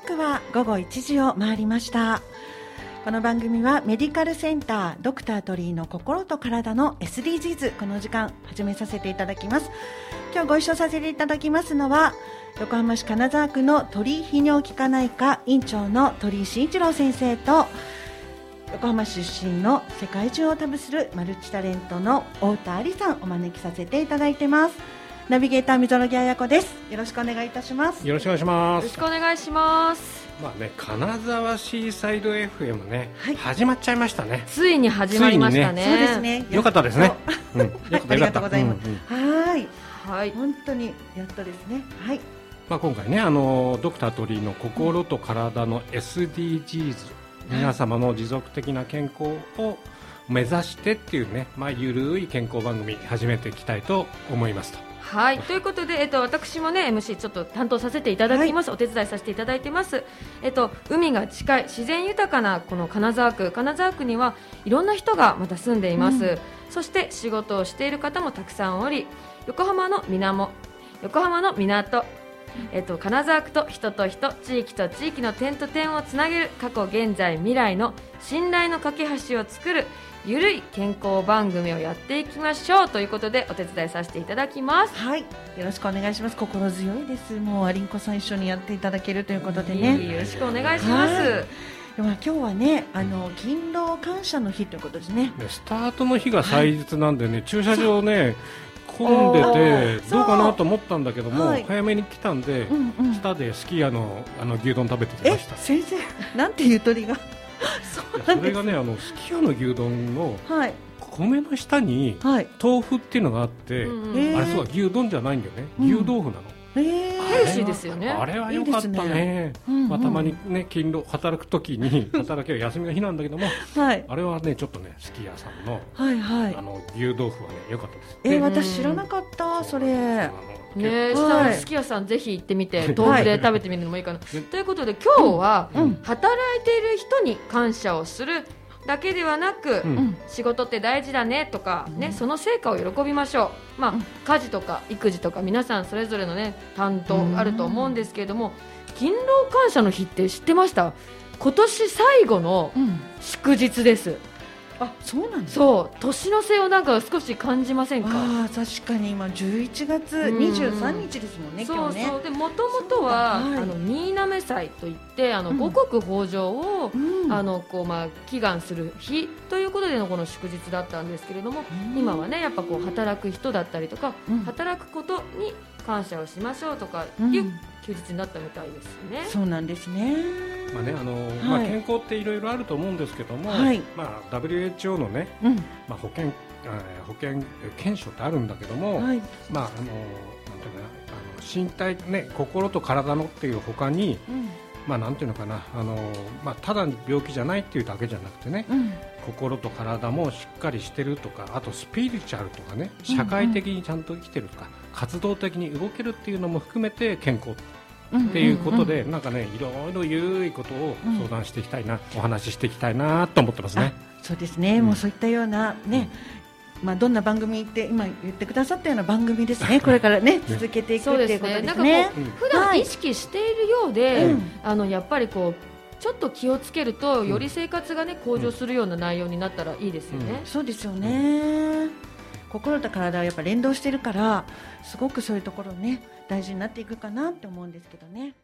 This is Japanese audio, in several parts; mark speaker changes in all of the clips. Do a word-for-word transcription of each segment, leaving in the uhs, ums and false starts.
Speaker 1: 刻は午後いちじを回りました。この番組はメディカルセンタードクター鳥居の心と体の エスディージーズ、 この時間始めさせていただきます。今日ご一緒させていただきますのは横浜市金沢区の鳥居泌尿器科内科院長の鳥居慎一郎先生と、横浜出身の世界中を旅するマルチタレントの太田有さんお招きさせていただいてます。ナビゲーター溝呂木彩子です。よろしくお願いいたします。
Speaker 2: よろしくお願いします。
Speaker 3: よろしくお願いします。
Speaker 2: まあね、金沢シーサイド エフエム ね、
Speaker 1: はい、
Speaker 2: 始まっちゃいましたね。
Speaker 3: ついに始まりましたね。
Speaker 1: そうですね。
Speaker 2: よかったですね。うん、よかった
Speaker 1: ありがとうございます。
Speaker 2: うんうん、
Speaker 1: はい、
Speaker 3: はい、
Speaker 1: 本当にやっとですね。はい。
Speaker 2: まあ今回ね、あのドクター鳥居の心と体の エスディージーズ、皆様の持続的な健康を目指してっていうね、まあゆるい健康番組始めていきたいと思いますと。
Speaker 3: はい、ということで、えっと、私もね エムシー ちょっと担当させていただきます、はい、お手伝いさせていただいてます、えっと、海が近い自然豊かなこの金沢区金沢区にはいろんな人がまた住んでいます、うん、そして仕事をしている方もたくさんおり、横浜の水面横浜の港、えっと、金沢区と人と人、地域と地域の点と点をつなげる過去現在未来の信頼の架け橋を作るゆるい健康番組をやっていきましょうということでお手伝いさせていただきます。
Speaker 1: はい、よろしくお願いします。心強いです。もうアリンコさん一緒にやっていただけるということでね、
Speaker 3: よろしくお願いします。
Speaker 1: では今日はね、あの勤労感謝の日ということですね。
Speaker 2: スタートの日が祭日なんでね、はい、駐車場ね混んでてどうかなと思ったんだけども、はい、早めに来たんで、うんうん、下ですき家のあの牛丼食べてきました。
Speaker 1: え、先生、なんていう鳥が
Speaker 2: そうなんです。それがね、あのすき家の牛丼の米の下に豆腐っていうのがあって、はい、あれそうだ、牛丼じゃないんだよね、うん、牛豆腐なの。
Speaker 3: ヘルシーですよね。
Speaker 2: あれは良かったね。いいね、うんうん、まあ、たまにね勤労働くときに働きは休みの日なんだけども、はい、あれはねちょっとねすき家さんの、はいはい、あの牛豆腐はね良かったです。
Speaker 1: えー、私知らなかった、それ。
Speaker 3: ね、はい、すき家さんぜひ行ってみて豆腐で食べてみるのもいいかな、はい、ということで今日は、うん、働いている人に感謝をするだけではなく、うん、仕事って大事だねとか、ね、うん、その成果を喜びましょう。まあ、うん、家事とか育児とか皆さんそれぞれの、ね、担当あると思うんですけれども、勤労感謝の日って知ってました？今年最後の祝日です、うん。
Speaker 1: あ、そうなんですか。
Speaker 3: そう、年の瀬をなんか少し感じませんか？
Speaker 1: あ、確かに今じゅういちがつにじゅうさんにちですもんね、今日ね。
Speaker 3: そうそう。で、もともとは、はい、あの新滑祭といってあの、うん、五穀豊穣を、うん、あのこうまあ祈願する日ということでのこの祝日だったんですけれども、うん、今はねやっぱこう働く人だったりとか、うん、働くことに感謝をしましょうとかいう、うん、休日になったみたいですね。
Speaker 1: そうなんですね。
Speaker 2: まあね、あの、はい、まあ、健康っていろいろあると思うんですけども、はい、まあ、ダブリューエイチオー のね、うん、まあ、保険、保険検証ってあるんだけども、はい、まあ、あのなんていうかな、あの身体ね、心と体のっていう他に、うん、まあ、なんていうのかな、あの、まあ、ただ病気じゃないっていうだけじゃなくてね、うん、心と体もしっかりしてるとか、あとスピリチュアルとかね、社会的にちゃんと生きてるとか、うんうん、活動的に動けるっていうのも含めて健康っていうことで、うんうんうん、なんかね、いろいろゆるいことを相談していきたいな、うん、お話ししていきたいなと思ってますね。
Speaker 1: そうですね、うん、もうそういったようなね、まあ、どんな番組って今言ってくださったような番組ですね。これからね続けていくっていうことですね。なんかこ
Speaker 3: う普段意識しているようで、はい、あのやっぱりこうちょっと気をつけるとより生活がね向上するような内容になったらいいですよね。
Speaker 1: うんうん、そうですよね。心と体はやっぱ連動してるからすごくそういうところね大事になっていくかなって思うんですけどね。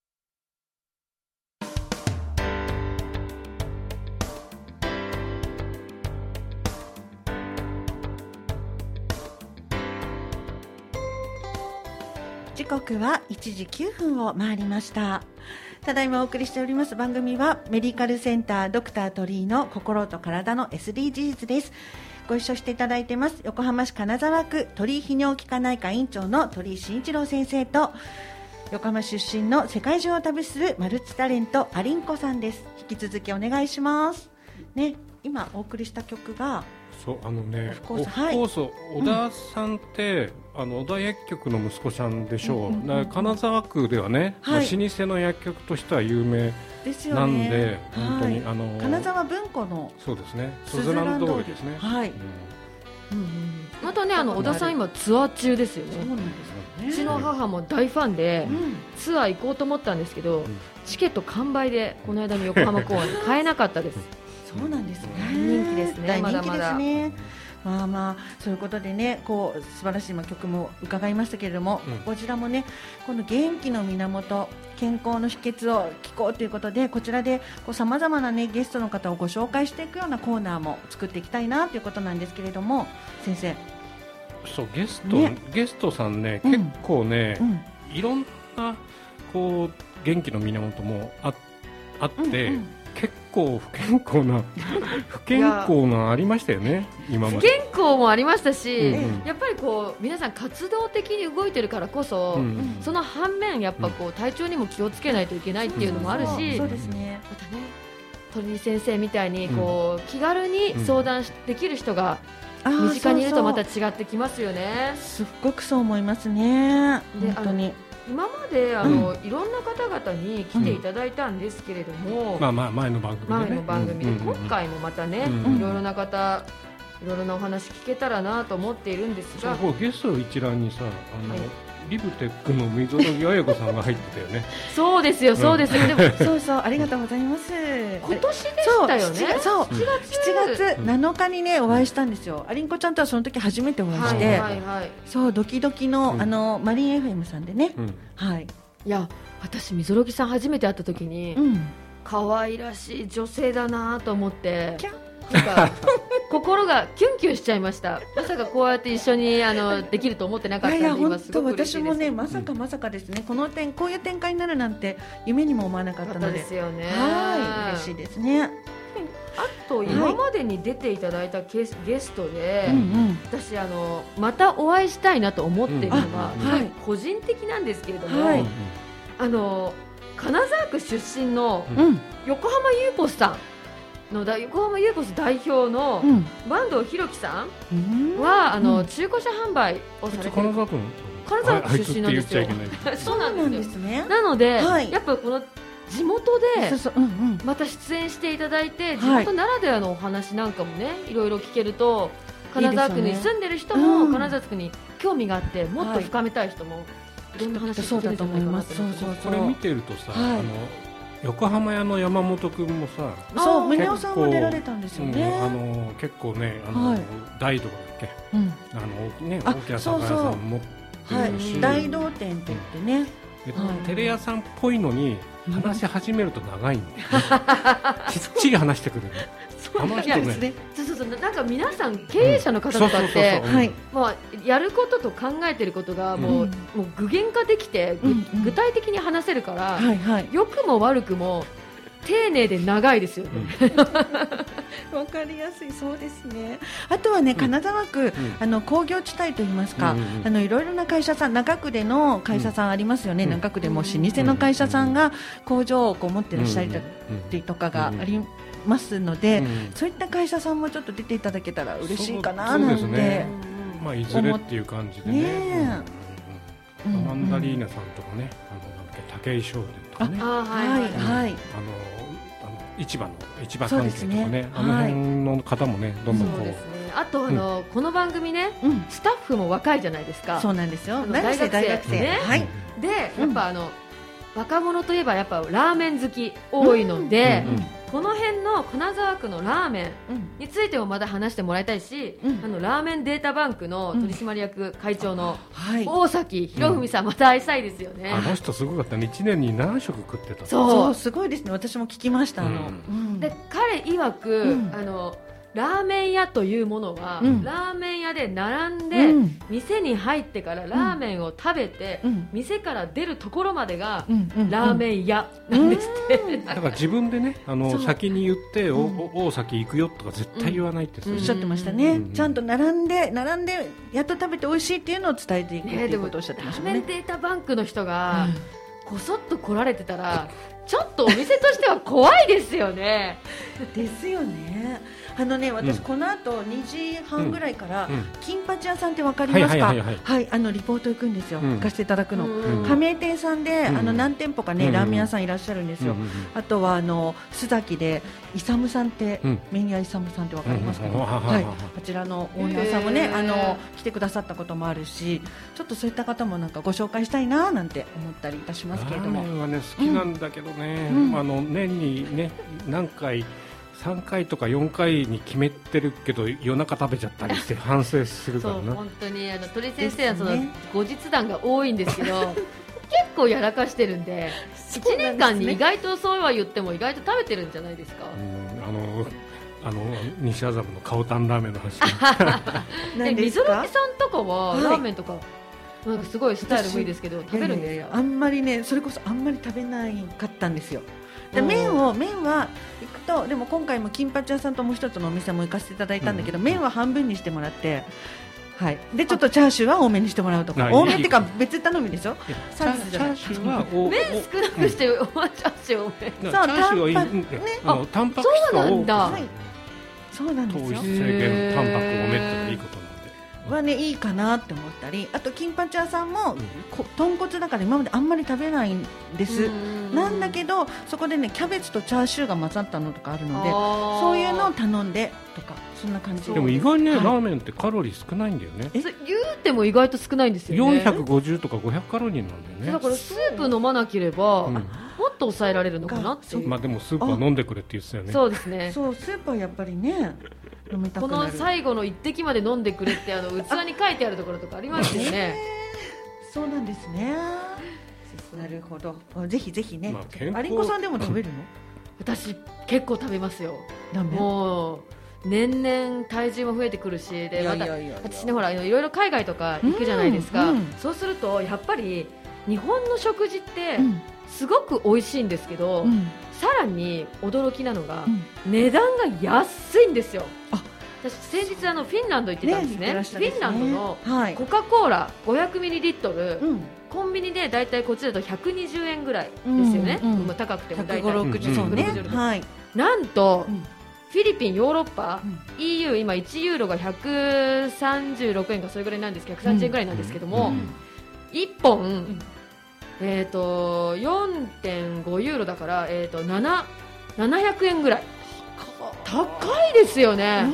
Speaker 1: 時刻はいちじきゅうふんを回りました。ただいまお送りしております番組はメディカルセンタードクター鳥居の心と体の エスディージーズ です。ご一緒していただいてます横浜市金沢区鳥居泌尿器科内科院長の鳥居慎一郎先生と、横浜出身の世界中を旅するマルチタレントアリンコさんです。引き続きお願いしますね。今お送りした曲が
Speaker 2: そうあのね、オフコース、はい、小田さんって、うん、あの小田薬局の息子さんでしょう、うんうんうん、金沢区ではね、はい、まあ、老舗の薬局としては有名なんで、ね、本当に、はい、あの
Speaker 1: 金沢文庫の
Speaker 2: そうですね、スズラン通りですね、
Speaker 1: はい、うん、
Speaker 3: うんうん、またねあの小田さん今ツアー中ですよね。
Speaker 1: そうなんですよね。
Speaker 3: うちの母も大ファンで、うん、ツアー行こうと思ったんですけど、うん、チケット完売でこの間の横浜公演買えなかったです。
Speaker 1: そうなんですね。
Speaker 3: 人気ですね。
Speaker 1: 大人気ですね。まあまあそういうことでね、こう素晴らしい曲も伺いましたけれども、うん、こちらもねこの元気の源、健康の秘訣を聞こうということで、こちらでさまざまなねゲストの方をご紹介していくようなコーナーも作っていきたいなということなんですけれども、先生。
Speaker 2: そうゲスト、ね、ゲストさんね、うん、結構ね、うん、いろんなこう元気の源も あ, あって、うんうん、結構不健康な不健康なありましたよね今まで。
Speaker 3: 不健康もありましたし、うんうん、やっぱりこう皆さん活動的に動いてるからこそ、うんうん、その反面やっぱこう体調にも気をつけないといけないっていうのもあるし、
Speaker 1: そうですね。
Speaker 3: またね鳥居先生みたいにこう、うん、気軽に相談できる人が身近にいるとまた違ってきますよね。
Speaker 1: すっごくそう思いますね。
Speaker 3: で
Speaker 1: 本当に
Speaker 3: 今まであの、うん、いろんな方々に来ていただいたんですけれども、
Speaker 2: うん、まあまあ前の番組で、ね、
Speaker 3: 前の番組で、うんうんうん、今回もまたね、うんうん、いろいろな方いろいろなお話聞けたらなと思っているんですが、
Speaker 2: そうゲスト一覧にさあの、はい、リブテックの溝木彩子さんが入ってたよね。
Speaker 3: そうですよそうですよ、うん、でも
Speaker 1: そうそうありがとうございます。
Speaker 3: 今年でしたよね。
Speaker 1: そうしちがつしちがつなのかにねお会いしたんですよ。アリンコちゃんとはその時初めてお会いして、はいはいはい、そうドキドキの、うん、あのマリン エフエム さんでね、うん、はい。
Speaker 3: いや私溝木さん初めて会った時に、うん、可愛らしい女性だなと思ってなんか心がキュンキュンしちゃいました。まさかこうやって一緒にあのできると思ってなかったので、今すごく嬉しいです。
Speaker 1: 私もねまさかまさかですね、うん、この点こういう展開になるなんて夢にも思わなかったので、
Speaker 3: ですよね。
Speaker 1: はい嬉しいですね。
Speaker 3: あと今までに出ていただいたゲス、ゲストで、うんうん、私あのまたお会いしたいなと思っているのは、うんはい、個人的なんですけれども、はい、あの金沢区出身の横浜ユーポスさんのだ横浜ユーポス代表の坂東弘樹さんは、うん、あの中古車販売をされている金沢区金沢区出身なんですよ。そうなんですね。なので、はい、やっぱこの地元でまた出演していただいて、地元ならではのお話なんかもねいろいろ聞けると、金沢区に住んでる人も金沢区に興味があってもっと深めたい人もいろんな話聞けるんじゃないかなと思って。
Speaker 2: これ見てるとさ、あの横浜屋の山本君もさ、
Speaker 1: そう宗男さんも出られたんですよね。
Speaker 2: あの結構ねあの大道だっけ、あのね大きな酒屋さん持ってるし、
Speaker 1: 大道店って言ってね、
Speaker 2: テレ屋さんっぽいのに話し始めると長いんで、きっちり話してくるね。
Speaker 3: あの人ね、そうそうそう、なんか皆さん経営者の方とかってもうやることと考えてることがもう、うん、もう具現化できて、うん、具体的に話せるから、はいはい、良くも悪くも丁寧で長いですよね。
Speaker 1: わ、うん、かりやすい。そうですね。あとはね、金沢区、うん、あの工業地帯といいますか、うんうんうん、あのいろいろな会社さん、中区での会社さんありますよね。うん、中区でも老舗の会社さんが工場をこう持ってらっしゃりとかがありますので、うん、そういった会社さんもちょっと出ていただけたら嬉しいかななんて、ね、
Speaker 2: まあいずれっていう感じでね。ねうんうん、マンダリーナさんとかね、あのなんだっけ武井商店とかね、あ、はいはいはい、あのあの市場の市場関係とか ね, ねあの辺の方もねどんどんこう。そうですね。
Speaker 3: あとあの、うん、この番組ね、うん、スタッフも若いじゃないですか。
Speaker 1: そうなんですよ。大学生大学生、ね、
Speaker 3: はい。でやっぱあの、うん、若者といえばやっぱラーメン好き多いので、うんうんうん、この辺の金沢区のラーメンについてもまた話してもらいたいし、うん、あのラーメンデータバンクの取締役会長の大崎博文さん、また会いたいですよね。
Speaker 2: あの人すごかったね。いちねんに何食食ってた。
Speaker 1: そうそうすごいですね。私も聞きました。あの、
Speaker 3: うん、で彼曰く、うん、あのラーメン屋というものは、うん、ラーメン屋で並んで、うん、店に入ってからラーメンを食べて、うん、店から出るところまでが、うん、ラーメン屋なんですって、うん、
Speaker 2: だから自分でねあの先に言って、うん、お, お先行くよとか絶対言わないっておっ
Speaker 1: しゃってましたね、うん、ちゃんと並んで並んでやっと食べて美味しいっていうのを伝えていくっていうことをおっしゃってましたね。
Speaker 3: ラーメンデータバンクの人が、うん、こそっと来られてたらちょっとお店としては怖いですよね。
Speaker 1: ですよね。 あのね、私この後にじはんぐらいから金八屋さんってわかりますか？はい、あのリポート行くんですよ。行かせていただくの。加盟店さんであの何店舗かねラーメン屋さんいらっしゃるんですよ。あとはあの須崎でイサムさんって麺屋イサムさんってわかりますか？はい、こちらのオーナーさんもねあの来てくださったこともあるし、ちょっとそういった方もなんかご紹介したいななんて思ったりいたしますけれども。
Speaker 2: ラーメンはね好きなんだけどね、あの年にね何回さんかいとかよんかいに決めてるけど夜中食べちゃったりして反省するからな。
Speaker 3: そう本当にあの鳥先生はその後日談が多いんですけど結構やらかしてるんでいちねんかんに意外とそうは言っても意外と食べてるんじゃないですか。
Speaker 2: うんあのあの西麻布のカオタンラーメンの話
Speaker 3: えみぞろみさんとかは、はい、ラーメンとかなんかすごいスタイルもいいですけど食べるんですか？いやいやいや
Speaker 1: あんまりねそれこそあんまり食べないかったんですよ。で麺を麺は行くとでも今回も金八屋さんともう一つのお店も行かせていただいたんだけど、うん、麺は半分にしてもらって、はい、でちょっとチャーシューは多めにしてもらうとか多めっていうか別頼みでしょ。
Speaker 2: サービスじゃない。チャーシューは
Speaker 3: 麺少なくして、うん、チャーシュー多め。
Speaker 2: そうチャーシューはいい、ね、あのタンパク質が多く、
Speaker 1: はい、そうなんですよ。
Speaker 2: 糖質制限タンパク多めっていいことなんで
Speaker 1: はねいいかなって思ったり、あと金八屋さんも、うん、豚骨だから今まであんまり食べないんです。なんだけどそこでねキャベツとチャーシューが混ざったのとかあるのでそういうのを頼んでとかそんな感じ。
Speaker 2: でも意外にね、はい、ラーメンってカロリー少ないんだよね。
Speaker 3: え言うても意外と少ないんですよね。
Speaker 2: よんひゃくごじゅうとかごひゃくカロリーなんだよね。
Speaker 3: だからスープ飲まなければ、うん、もっと抑えられるのかなっていう。
Speaker 2: まあでもスープは飲んでくれって言ってたよね。
Speaker 3: そうですね。
Speaker 1: そうスープはやっぱりね飲みたくなる。
Speaker 3: この最後の一滴まで飲んでくれってあの器に書いてあるところとかありますよね。
Speaker 1: そうなんですね。なるほど。ぜひぜひね。まあ、アリンコさんでも食べるの？
Speaker 3: 私結構食べますよ。もう年々体重も増えてくるしでまた私ねほらいろいろ海外とか行くじゃないですか、うんうん、そうするとやっぱり日本の食事ってすごく美味しいんですけど、うん、さらに驚きなのが、うん、値段が安いんですよ。あ私先日あのフィンランド行ってたんですね。ねフィンランドのコカ・コーラごひゃくミリリットル、うん、コンビニでだいたいこっちだとひゃくにじゅうえんぐらいですよね、うんうん、高くてもだいたいひゃくごじゅう、ろくじゅう、ねはい、なんと、うん、フィリピン、ヨーロッパ、うん、イーユー 今いちユーロがひゃくさんじゅうろくえんかそれぐらいなんですけどひゃくさんじゅうえんぐらいなんですけども、うん、いっぽん、うんえー、と よんてんごユーロだから、えー、とななひゃくえんぐらい高いですよね、うん、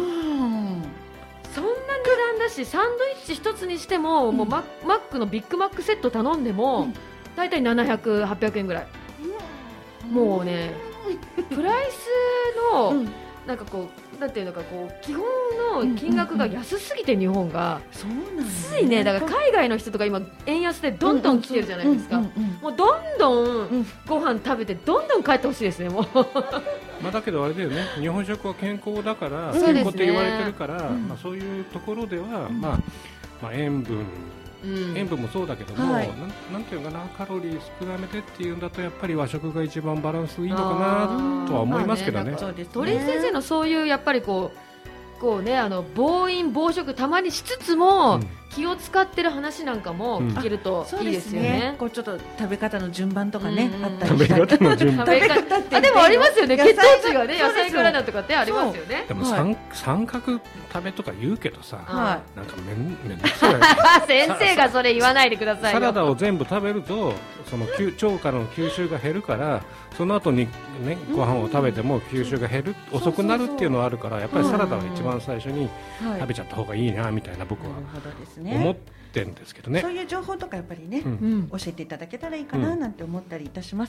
Speaker 3: そんな値段だしサンドイッチ一つにしても、うん、もうマックのビッグマックセット頼んでも、うん、だいたいななひゃく、はっぴゃくえんぐらい、うん、もうねプライスの、うんなんかこうなんていうのかこう基本の金額が安すぎて日本がついねだから海外の人とか今円安でどんどん来てるじゃないですか。もうどんどんご飯食べてどんどん帰ってほしいですねもう
Speaker 2: まあだけどあれだよね日本食は健康だから健康って言われてるから、まあそういうところではまあまあ塩分うん、塩分もそうだけども、はい、なん、なんていうかなカロリー少なめでっていうんだとやっぱり和食が一番バランスいいのかなとは思いますけどね。
Speaker 3: 鳥居先生のそういうやっぱりこうこうねあの暴飲暴食たまにしつつも、うん気を使ってる話なんかも聞けるといいですよね。うん、ね
Speaker 1: こうちょっと食べ方の順番とかね、
Speaker 2: うん、あったりしたり。食べ方の順番。食べ
Speaker 3: 方ってあでもありますよね。血糖値がね野菜からだとかってありますよね。
Speaker 2: でも三、はい、三角食べとか言うけどさ、はい、なんかめんめんどくさい。
Speaker 3: 先生がそれ言わないでくださいよ。
Speaker 2: サラダを全部食べるとその腸からの吸収が減るから。その後にねご飯を食べても吸収が減る、うん、遅くなるっていうのはあるからやっぱりサラダは一番最初に食べちゃった方がいいなみたいな僕は思ってるんですけどね。
Speaker 1: そういう情報とかやっぱりね、うん、教えていただけたらいいかななんて思ったりいたします。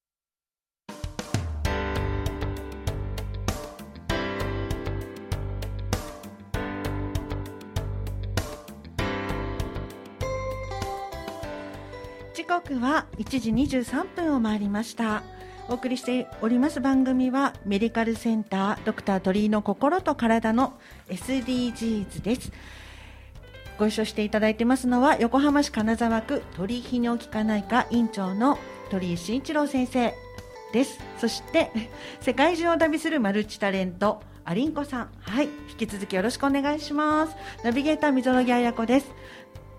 Speaker 1: 時刻はいちじにじゅうさんぷんを回りました。お送りしております番組はメディカルセンタードクター鳥居の心と体の エスディージーズ です。ご一緒していただいてますのは横浜市金沢区鳥居泌尿器科内科院長の鳥居慎一郎先生です。そして世界中を旅するマルチタレントアリンコさん、はい、引き続きよろしくお願いします。ナビゲーター溝呂木彩子です。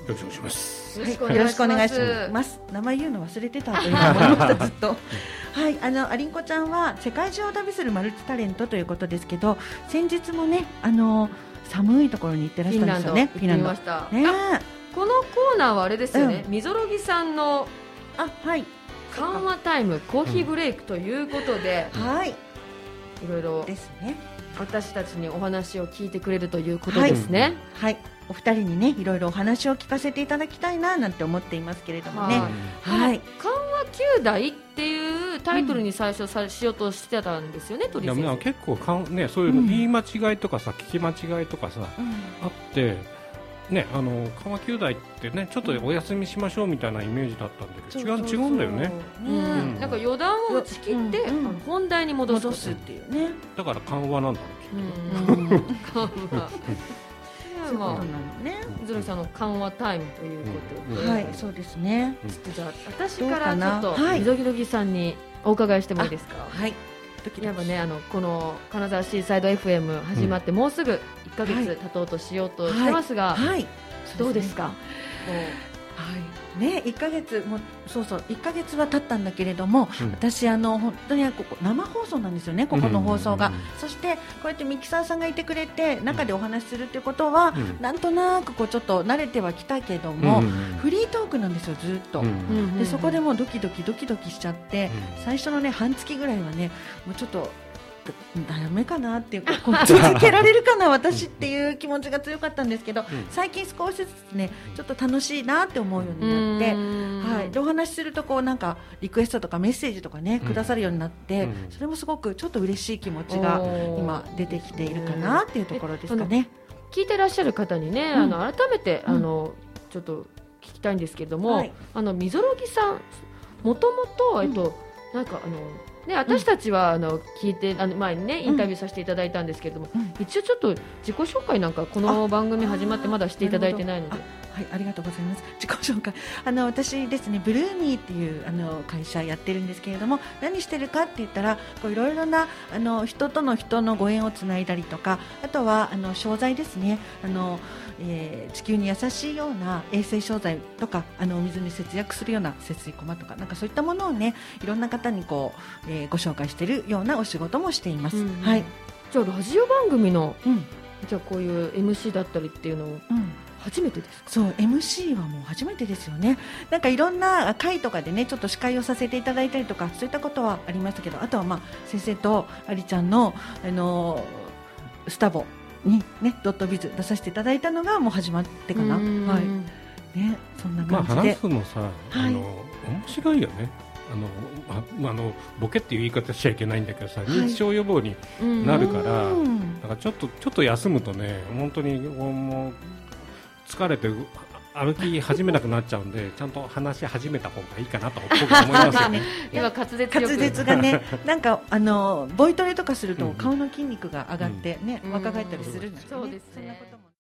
Speaker 2: ろしくお願いします。
Speaker 1: よろしくお願いします。名前言うの忘れてたという思いましたずっと。はい、あのアリンコちゃんは世界中を旅するマルチタレントということですけど、先日もね、あの寒いところに行ってらしたんですよね。
Speaker 3: フィンランド行ってみました。ね、このコーナーはあれですよね。みぞろぎさんの
Speaker 1: あ、はい、
Speaker 3: 緩和タイムコーヒーブレイクということで、
Speaker 1: うん、はい、い
Speaker 3: ろいろ
Speaker 1: ですね。
Speaker 3: 私たちにお話を聞いてくれるということですね。
Speaker 1: はい、はい、お二人にね、いろいろお話を聞かせていただきたいななんて思っていますけれどもね。
Speaker 3: はい、緩和きゅうだいっていうタイトルに最初さ、うん、しようとしてたんですよね、鳥先生。
Speaker 2: いや、結構かん、ね、そういうの言い間違いとかさ、うん、聞き間違いとかさ、うん、あってね、あの緩和きゅうだいってね、ちょっとお休みしましょうみたいなイメージだったんだけど、うん、違う違うんだよね。
Speaker 3: うん、なんか余談を打ち切って、うん、本題に戻す、
Speaker 1: 戻すっていうね。
Speaker 2: だから緩和なんだろ
Speaker 3: う、きっと。緩和まあね、ずるさんの緩和タイムということで、
Speaker 1: はい、そうですね。
Speaker 3: ちょっとじゃあ私からちょっとみぞぎろぎさんにお伺いしてもいいですか。
Speaker 1: はい。
Speaker 3: やっぱね、あのこの金沢シーサイド エフエム 始まってもうすぐいっかげつ経とうとしようとしてますが、
Speaker 1: はいはい、
Speaker 3: どうですか。はい
Speaker 1: ね、いっかげつもそうそういっかげつは経ったんだけれども、うん、私あの本当にここ生放送なんですよね、ここの放送が、うんうんうん、そしてこうやってミキサーさんがいてくれて中でお話しするっていうことは、うん、なんとなくこうちょっと慣れてはきたけども、うんうん、フリートークなんですよずっと、うんうん、でそこでもうドキドキドキドキしちゃって、うん、最初のね半月ぐらいはねもうちょっとダメかなっていうかこう続けられるかな私っていう気持ちが強かったんですけど、うん、最近少しずつねちょっと楽しいなって思うようになって、はい、でお話しするとこうなんかリクエストとかメッセージとかね、うん、くださるようになって、うん、それもすごくちょっと嬉しい気持ちが今出てきているかなっていうところですかね。
Speaker 3: 聞いてらっしゃる方にね、うん、あの改めて、うん、あのちょっと聞きたいんですけれども、はい、あのみぞろぎさんもともとえっと、うん、なんかあのね、私たちはあの聞いてあの前にねインタビューさせていただいたんですけれども、うん、一応ちょっと自己紹介なんかこの番組始まってまだしていただいてないので、
Speaker 1: はい、ありがとうございます。自己紹介、あの私ですねブルーミーっていうあの会社やってるんですけれども、何してるかって言ったらこういろいろなあの人との人のご縁をつないだりとか、あとはあの商材ですね、あのえー、地球に優しいような衛生商材とかあのお水に節約するような節水駒とかなんかそういったものをねいろんな方にこう、えー、ご紹介しているようなお仕事もしています、うんうん、はい。
Speaker 3: じゃあラジオ番組の、うん、じゃあこういう エムシー だったりっていうのを、うん、初めてですか。
Speaker 1: そう エムシー はもう初めてですよね。なんかいろんな会とかでねちょっと司会をさせていただいたりとかそういったことはありましたけど、あとはまあ先生とありちゃんの、あのー、スタボにねドットビズ出させていただいたのがもう始まってかな、はいね、そんな感じで、
Speaker 2: まあ、話すのさ、はい、あの面白いよね。あのあのボケっていう言い方しちゃいけないんだけどさ、はい、認知症予防になるから、だからちょっとちょっと休むとね本当にもう疲れて歩き始めなくなっちゃうんでちゃんと話し始めた方がいいかなと僕は思いますよね。
Speaker 3: 今滑舌
Speaker 1: 滑舌がねなんかあのボイトレとかすると顔の筋肉が上がってね、うん、若返ったりするんですよね。そうですね。そんなことも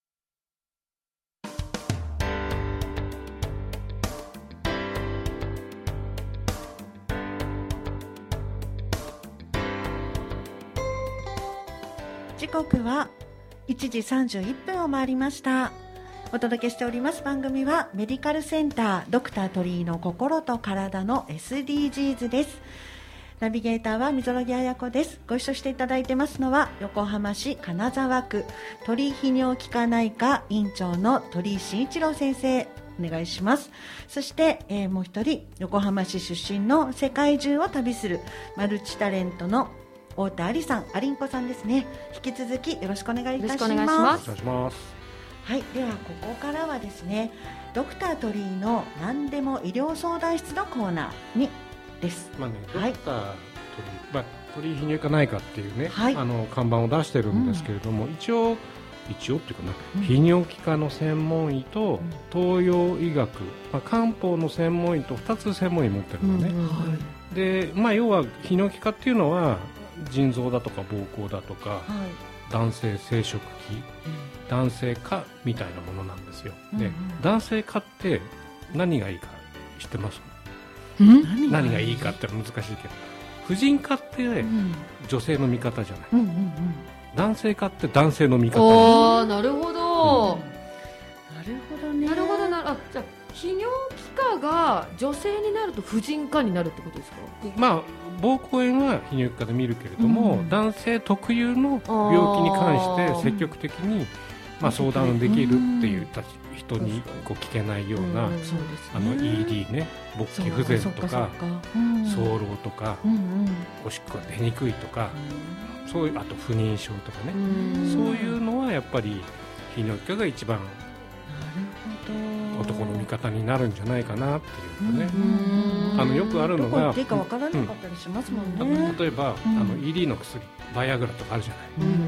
Speaker 1: 時刻はいちじさんじゅういっぷんを回りました。お届けしております番組はメディカルセンタードクター鳥居の心と体の エスディージーズ です。ナビゲーターは溝呂木彩子です。ご一緒していただいてますのは横浜市金沢区鳥居泌尿器科内科院長の鳥居慎一郎先生お願いします。そして、えー、もう一人横浜市出身の世界中を旅するマルチタレントの太田ありさん、ありんこさんですね。引き続きよろしくお願いいたします。よろしくお願いします。はい、ではここからはですねドクター鳥居の何でも医療相談室のコーナーにです。
Speaker 2: まあね、ドクター鳥居、はいまあ、鳥居泌尿科内科っていうね、はい、あの看板を出してるんですけれども、うん、一応一応っていうかな、うん、泌尿器科の専門医と東洋医学、まあ、漢方の専門医とふたつ専門医持ってるのね、うんうんはい、で、まあ、要は泌尿器科っていうのは腎臓だとか膀胱だとか、はい、男性生殖器、うん男性科みたいなものなんですよ、うんうん、で男性科って何がいいか知ってます？ん何がいいかって難しいけど婦人科って女性の味方じゃない、うんうんうん、男性科って男性の味方。
Speaker 3: あなるほど、うん、
Speaker 1: なるほどね。
Speaker 3: なるほどなあ泌尿器科が女性になると婦人科になるってことですか？
Speaker 2: まあ膀胱炎は泌尿器科で見るけれども、うん、男性特有の病気に関して積極的に、まあ、相談できるっていう人にこう聞けないような、うん、あの イーディー ね、勃起不全とか早漏とか、うん、おしっこが出にくいとか、うん、そういうあと不妊症とかね、うん、そういうのはやっぱり泌尿器科が一番男の味方になるんじゃないかなっていうかね、うん、あのよくあるのが
Speaker 1: どこでか分からなかったりしますもんね、
Speaker 2: うん、例えば、うん、あの イーディー の薬バイアグラとかあるじゃない、うん、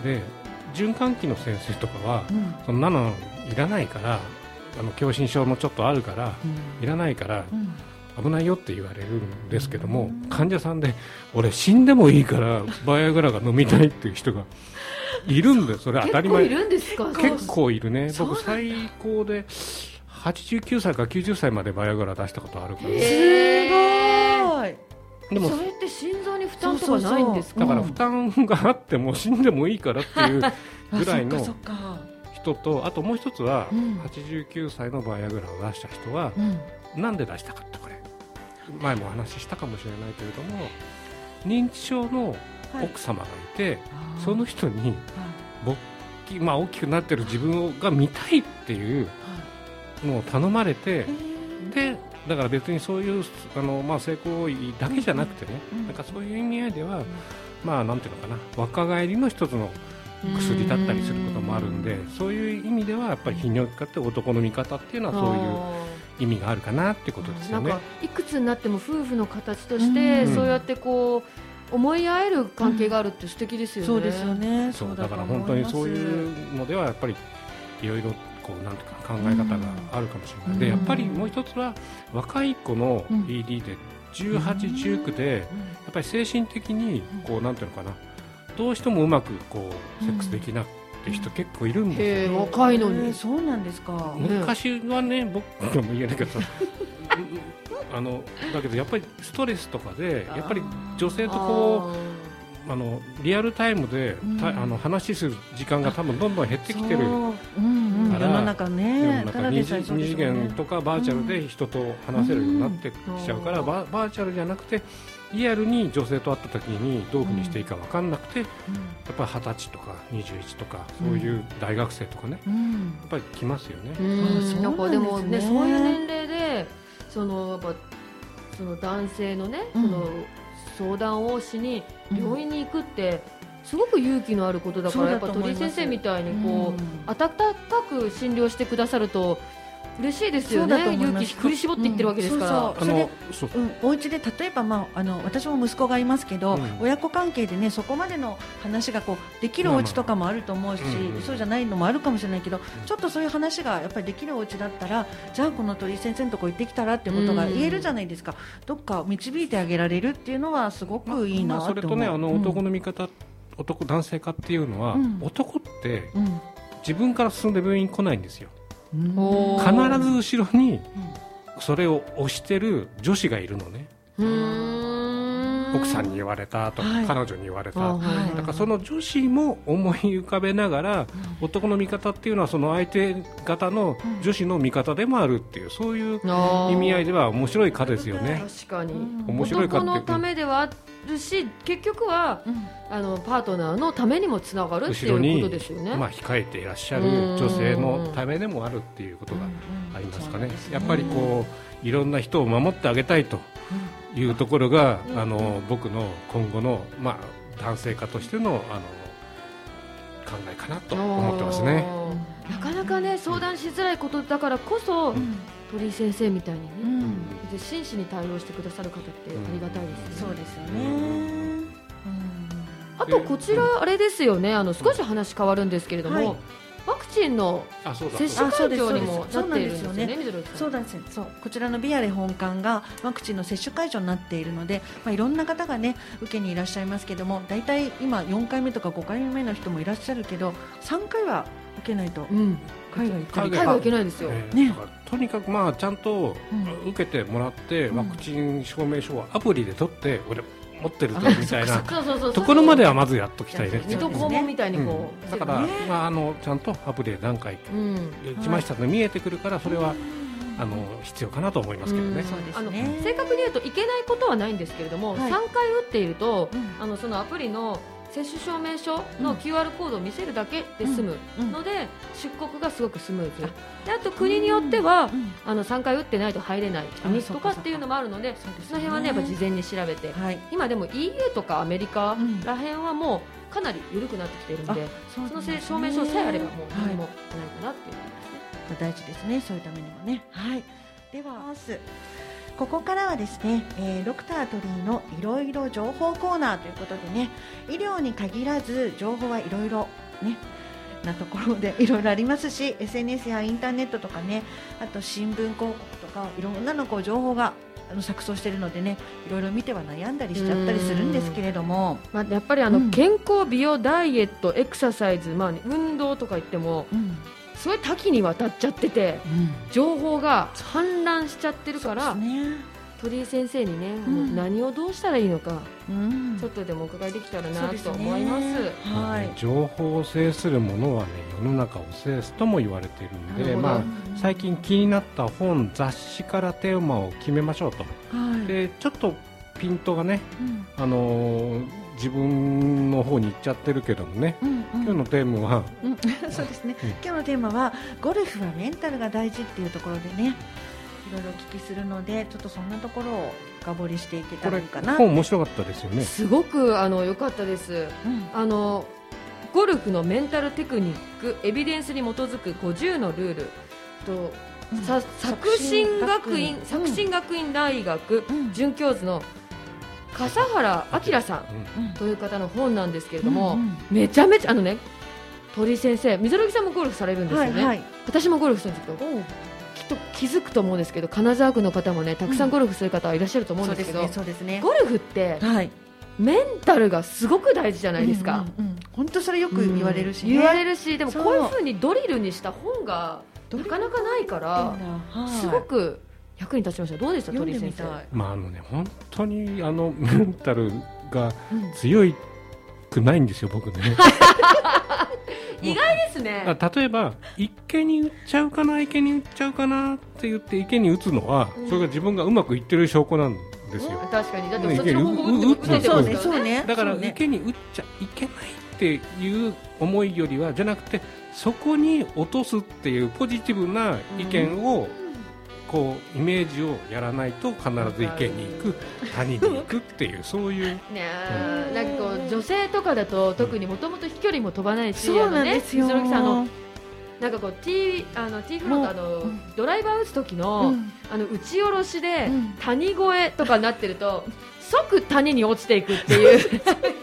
Speaker 2: で循環器の先生とかは、うん、そんなのいらないからあの狭心症もちょっとあるから、うん、いらないから、うん危ないよって言われるんですけども、患者さんで俺死んでもいいからバイアグラが飲みたいっていう人がいるんで、それは当たり前。
Speaker 3: 結構いるんですか？
Speaker 2: 結構いるね。僕最高ではちじゅうきゅうさいからきゅうじゅっさいまでバイアグラ出したことあるから、ね、
Speaker 1: すごい。
Speaker 3: でもそれって心臓に負担とかないんですか？
Speaker 2: だから負担があっても死んでもいいからっていうぐらいの人と、あともう一つは、うん、はちじゅうきゅうさいのバイアグラを出した人は、うん、なんで出したかったこれ前もお話ししたかもしれないけれども、認知症の奥様がいて、はい、その人に勃起、まあ、大きくなってる自分が見たいっていうのを頼まれて、でだから別にそういうあの、まあ、性行為だけじゃなくてね、うん、なんかそういう意味合いでは、うん、まあなんていうのかな、若返りの一つの薬だったりすることもあるんで、そういう意味ではやっぱり泌尿器科って男の味方っていうのはそういう意味があるかなってことですよね。
Speaker 3: なんかいくつになっても夫婦の形として、うん、そうやってこう思い合える関係があるって素敵ですよね、
Speaker 1: うん、そうですよね。
Speaker 2: そうだから本当にそういうのではやっぱりいろいろこうなんていうか考え方があるかもしれない、うん、でやっぱりもう一つは若い子の イーディー でじゅうはち、じゅうきゅうでやっぱり精神的にこうなんていうのかな、どうしてもうまくこうセックスできなくて人結構いるんですよ、
Speaker 3: うん、若いのに。
Speaker 1: そうなんですか。
Speaker 2: 昔はね、僕も言えないけどあのだけどやっぱりストレスとかでやっぱり女性とこうあのリアルタイムで、うん、あの話する時間が多分どんどん減ってきてるから、うんうん、世
Speaker 1: の中ね、
Speaker 2: 二次元とかバーチャルで人と話せるようになってきちゃうから、うん、バ, バーチャルじゃなくてリアルに女性と会った時にどういうふうにしていいか分かんなくて、うん、やっぱりはたちとかにじゅういちとかそういう大学生とかね、うん、やっぱり来ますよね、
Speaker 3: うん、なんかでもね、そういう年齢でそのやっぱその男性のね、うん、その相談をしに病院に行くってすごく勇気のあることだから、うん、やっぱ鳥居先生みたいにこう、うん、温かく診療してくださると嬉しいですよね。勇気振り絞っていってるわけですから、
Speaker 1: うん、それお家で例えば、まあ、あの私も息子がいますけど、うん、親子関係でねそこまでの話がこうできるお家とかもあると思うし、うん、そうじゃないのもあるかもしれないけど、うん、ちょっとそういう話がやっぱりできるお家だったら、じゃあこの鳥居先生のとこ行ってきたらってことが言えるじゃないですか、うん、どっか導いてあげられるっていうのはすごくいいなって思う、まあ、それとね、あの
Speaker 2: 男の味方、うん、男男性化っていうのは、うん、男って、うん、自分から進んで病院に来ないんですよ。必ず後ろにそれを押してる女子がいるのね。うーん、奥さんに言われたとか、はい、彼女に言われた、はい、だからその女子も思い浮かべながら、うん、男の味方っていうのはその相手方の女子の味方でもあるっていう、そういう意味合いでは面白い科ですよね。
Speaker 3: 確かに
Speaker 2: 面白い科って、
Speaker 3: 男のためではあるし、結局は、うん、あのパートナーのためにもつながるっていうことですよね。
Speaker 2: まあ、控えていらっしゃる女性のためでもあるっていうことがありますかね。やっぱりこういろんな人を守ってあげたいというところが、うん、あの僕の今後の、まあ、男性化としての、あの考えかなと思ってますね。
Speaker 3: なかなかね相談しづらいことだからこそ、うん、鳥居先生みたいにね、うん、真摯に対応してくださる方ってありがたいですね。
Speaker 1: そうですよね。
Speaker 3: あとこちらあれですよね、あの少し話変わるんですけれども、はい、ワクチンの接種会場にもなっているんですよね。
Speaker 1: そうなんですよね。そう、こちらのビアレ本館がワクチンの接種会場になっているので、まあ、いろんな方がね受けにいらっしゃいますけども、だいたい今よんかいめとかごかいめの人もいらっしゃるけど、さんかいは受けないと、うん、海外
Speaker 3: 海外はいけないですよ、
Speaker 2: えーね、だからとにかくまあちゃんと受けてもらって、うん、ワクチン証明書をアプリで取って俺持ってるとみたいなところまではまずやっときたいです。
Speaker 3: 水戸黄門みたいにこう、
Speaker 2: うん、だから、まあ、あのちゃんとアプリで何回打ちましたの見えてくるから、それはあの必要かなと思いますけどね。
Speaker 1: そうです
Speaker 3: あの
Speaker 1: ね。
Speaker 3: 正確に言うといけないことはないんですけれども、
Speaker 1: はい
Speaker 3: さんかい打っていると、
Speaker 1: うん
Speaker 3: あのそのアプリの接種証明書の キューアール コードを見せるだけで済むので、出国がすごくスムーズで、あと国によっては、
Speaker 1: うん
Speaker 3: あのさんかい打ってないと入れない国
Speaker 1: あそうか
Speaker 3: とかっていうのもあるので、
Speaker 1: そうですね
Speaker 3: その辺はねやっぱ事前に調べて、
Speaker 1: はい。
Speaker 3: 今でも イーユー とかアメリカ
Speaker 1: うん
Speaker 3: ら辺はもうかなり緩くなってきているので、
Speaker 1: そう
Speaker 3: その
Speaker 1: なんですね
Speaker 3: 証明書さえあればもう何も
Speaker 1: は
Speaker 3: ないかなっていうことですね。
Speaker 1: い大事ですね。そういうためにもね。はい。ではここからはですね、えー、ドクタートリーのいろいろ情報コーナーということでね、医療に限らず情報はいろいろねなところでいろいろありますし、 エスエヌエス やインターネットとかね、あと新聞広告とかいろんなのこう情報があの錯綜しているのでね、いろいろ見ては悩んだりしちゃったりするんですけれども、
Speaker 3: まあ、やっぱりあの、
Speaker 1: うん
Speaker 3: 健康美容ダイエットエクササイズ、まあ、運動とか言っても
Speaker 1: うん
Speaker 3: すごい多岐にわたっちゃってて情報が氾濫しちゃってるから、
Speaker 1: そうですね、
Speaker 3: 鳥居先生にね、
Speaker 1: うん
Speaker 3: 何をどうしたらいいのか、
Speaker 1: うん
Speaker 3: ちょっとでもお伺いできたらな
Speaker 1: そうですね
Speaker 3: と思います。
Speaker 1: はい、
Speaker 2: 情報を制するものはね、世の中を制すとも言われているんで、
Speaker 3: なるほど
Speaker 2: まあ、最近気になった本、雑誌からテーマを決めましょうと。
Speaker 1: はい、
Speaker 2: でちょっとピントがね、
Speaker 1: うん
Speaker 2: あのー自分の方に行っちゃってるけどもね、
Speaker 1: うんうん
Speaker 2: 今日のテーマは、
Speaker 1: うんそうですね、
Speaker 2: うん
Speaker 1: 今日のテーマはゴルフはメンタルが大事っていうところでね、いろいろお聞きするので、ちょっとそんなところを深掘りしていけた
Speaker 2: これ
Speaker 1: らいいかな。
Speaker 2: 本面白かったですよね。
Speaker 3: すごくあの良かったです。
Speaker 1: うん
Speaker 3: あのゴルフのメンタルテクニック、エビデンスに基づくごじゅうのルールと、
Speaker 1: うん
Speaker 3: さ作新学院
Speaker 1: うん
Speaker 3: 作新学院大学
Speaker 1: うん
Speaker 3: 准教授の笠原明さん
Speaker 2: うん
Speaker 1: うん
Speaker 3: という方の本なんですけれども、
Speaker 1: うんうん
Speaker 3: めちゃめちゃあのね、鳥居先生、水野木さんもゴルフされるんですよね、
Speaker 1: はいはい、
Speaker 3: 私もゴルフするんですけど、
Speaker 1: おう
Speaker 3: きっと気づくと思うんですけど、金沢区の方もねたくさんゴルフする方はいらっしゃると思うんですけど、
Speaker 1: そうですね、そうですね、
Speaker 3: ゴルフって
Speaker 1: はい、
Speaker 3: メンタルがすごく大事じゃないですか。
Speaker 1: うんうんうん、本当それよく言われるし、ね、
Speaker 3: 言われるし、でも
Speaker 1: そう
Speaker 3: こういう風にドリルにした本がなかなかないから、
Speaker 1: はい、
Speaker 3: すごく役に立ちました。どうでした、鳥居先生。
Speaker 2: まああのね、本当にあのメンタルが
Speaker 1: うん
Speaker 2: 強いくないんですよ、僕ね。
Speaker 3: 意外ですね。
Speaker 2: あ例えば池に打っちゃうかな池に打っちゃうかなって言って池に打つのは、
Speaker 3: うん
Speaker 2: それが自分がうまくいってる証拠なんですよ。
Speaker 3: 確かに、だって
Speaker 2: ね
Speaker 3: そっちの方向打って
Speaker 2: うう
Speaker 3: 打って
Speaker 1: そうね、
Speaker 3: ますからね。
Speaker 1: そうね、
Speaker 2: だから
Speaker 1: そうね、
Speaker 2: 池に打っちゃいけないっていう思いよりはじゃなくて、そこに落とすっていうポジティブな意見を、こうイメージをやらないと必ず池に行く、谷に行くっていうそういう
Speaker 3: ねえ、なんかこう女性とかだと特にもともと飛距離も飛ばないし、
Speaker 1: そうなんですよ、
Speaker 3: あのね、水野木さんあのなんかこう T あの T フロントあの、
Speaker 1: うん
Speaker 3: ドライバー打つ時の、
Speaker 1: うん
Speaker 3: あの打ち下ろしで、
Speaker 1: うん
Speaker 3: 谷越えとかになってると即谷に落ちていくっていう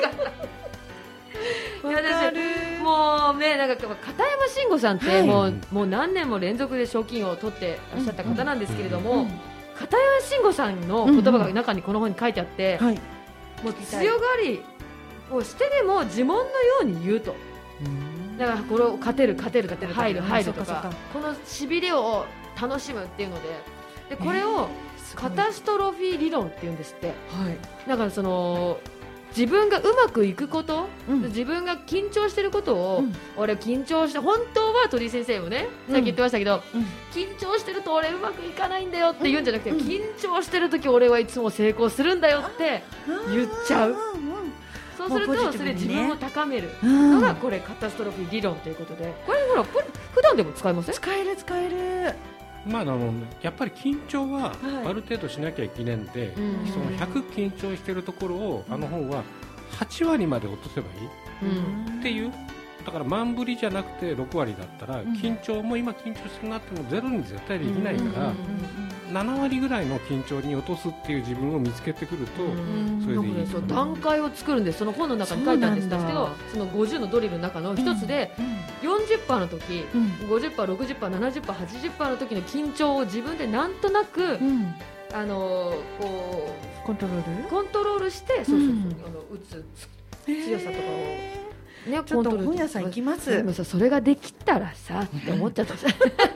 Speaker 1: わかる、
Speaker 3: もうね、なんか片山慎吾さんって、
Speaker 1: はい
Speaker 3: もうもう何年も連続で賞金を取ってらっしゃった方なんですけれども、
Speaker 1: うん
Speaker 3: 片山慎吾さんの言葉が中にこの本に書いてあって、
Speaker 1: はい、
Speaker 3: もう強がりをしてでも呪文のように言うと。だからこれを勝てる勝てる勝てる入る入るとか
Speaker 1: そうかそうか、
Speaker 3: このしびれを楽しむっていうので、でこれをカタストロフィー理論っていうんですって。
Speaker 1: はい、
Speaker 3: だからその自分がうまくいくこと、
Speaker 1: うん
Speaker 3: 自分が緊張してることを、
Speaker 1: うん
Speaker 3: 俺緊張して、本当は鳥居先生もねさっき言ってましたけど、
Speaker 1: うん
Speaker 3: 緊張してると俺うまくいかないんだよって言うんじゃなくて、
Speaker 1: うん
Speaker 3: 緊張してる時俺はいつも成功するんだよって言っちゃう。
Speaker 1: んん
Speaker 3: そうする
Speaker 1: もうポ
Speaker 3: とそれで自
Speaker 1: ジティブにね
Speaker 3: 分を高める
Speaker 1: うん
Speaker 3: のがこれカタストロフィー理論ということで、これほらふ普段でも使えません？
Speaker 1: 使える使える、
Speaker 2: まあ、あのやっぱり緊張は
Speaker 1: はい
Speaker 2: ある程度しなきゃいけないんで、
Speaker 3: うん
Speaker 2: そのひゃく緊張しているところをあの本ははちわりまで落とせばいい
Speaker 3: うん
Speaker 2: っていう、だから満振りじゃなくてろくわりだったら、
Speaker 1: ん
Speaker 2: 緊張も今緊張してるなってもゼロに絶対できないから、
Speaker 3: うん
Speaker 2: ななわりぐらいの緊張に落とすっていう自分を見つけてくると、
Speaker 3: うん
Speaker 2: それでいい
Speaker 3: なんかねそう段階を作るんです。その本の中に書いてあるんですけど、そのごじゅうのドリルの中の一つで、よんじゅっパーセントの時、
Speaker 1: うん
Speaker 3: ごじゅっパーセント、ろくじゅっパーセント、ななじゅっパーセント、はちじゅっパーセントの時の緊張を自分でなんとなく、
Speaker 1: うん、
Speaker 3: あのこ
Speaker 1: コントロール
Speaker 3: うコントロールして、そうそうそう、
Speaker 1: うん
Speaker 3: あの打つ強さとかを、ね、
Speaker 1: ちょっと本屋さん行きます
Speaker 3: でもさ、それができたらさって思っちゃったさ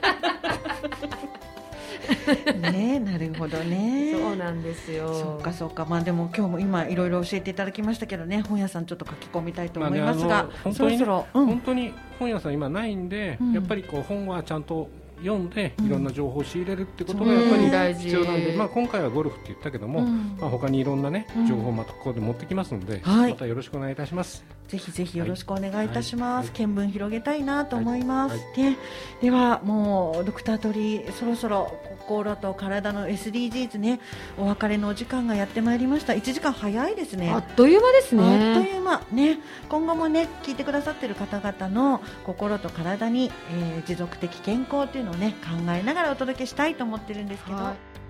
Speaker 1: ね、なるほどね。
Speaker 3: そうなんですよ。
Speaker 1: そうかそうか、まあでも今日も今いろいろ教えていただきましたけどね、本屋さんちょっと書き込みたいと思いますが、
Speaker 2: まあね、あの本当にね、
Speaker 1: そろそろ、うん
Speaker 2: 本当に本屋さん今ないんで、
Speaker 1: うん
Speaker 2: やっぱりこう本はちゃんと読んでいろんな情報を仕入れるってことがやっぱり必要なんで、まあ、今回はゴルフって言ったけども、まあ、他にいろんな、ね、情報をまたここで持ってきますので、またよろしくお願いいたします。
Speaker 1: ぜひぜひよろしくお願いいたします。見聞広げたいなと思います。で, ではもうドクター鳥居、そろそろ心と体の エスディージーズ ね、お別れのお時間がやってまいりました。いちじかん早いですね。
Speaker 3: あっという間ですね。
Speaker 1: あっという間ね。今後もね、聞いてくださっている方々の心と体に、えー、持続的健康というのをね考えながらお届けしたいと思ってるんですけど、はい。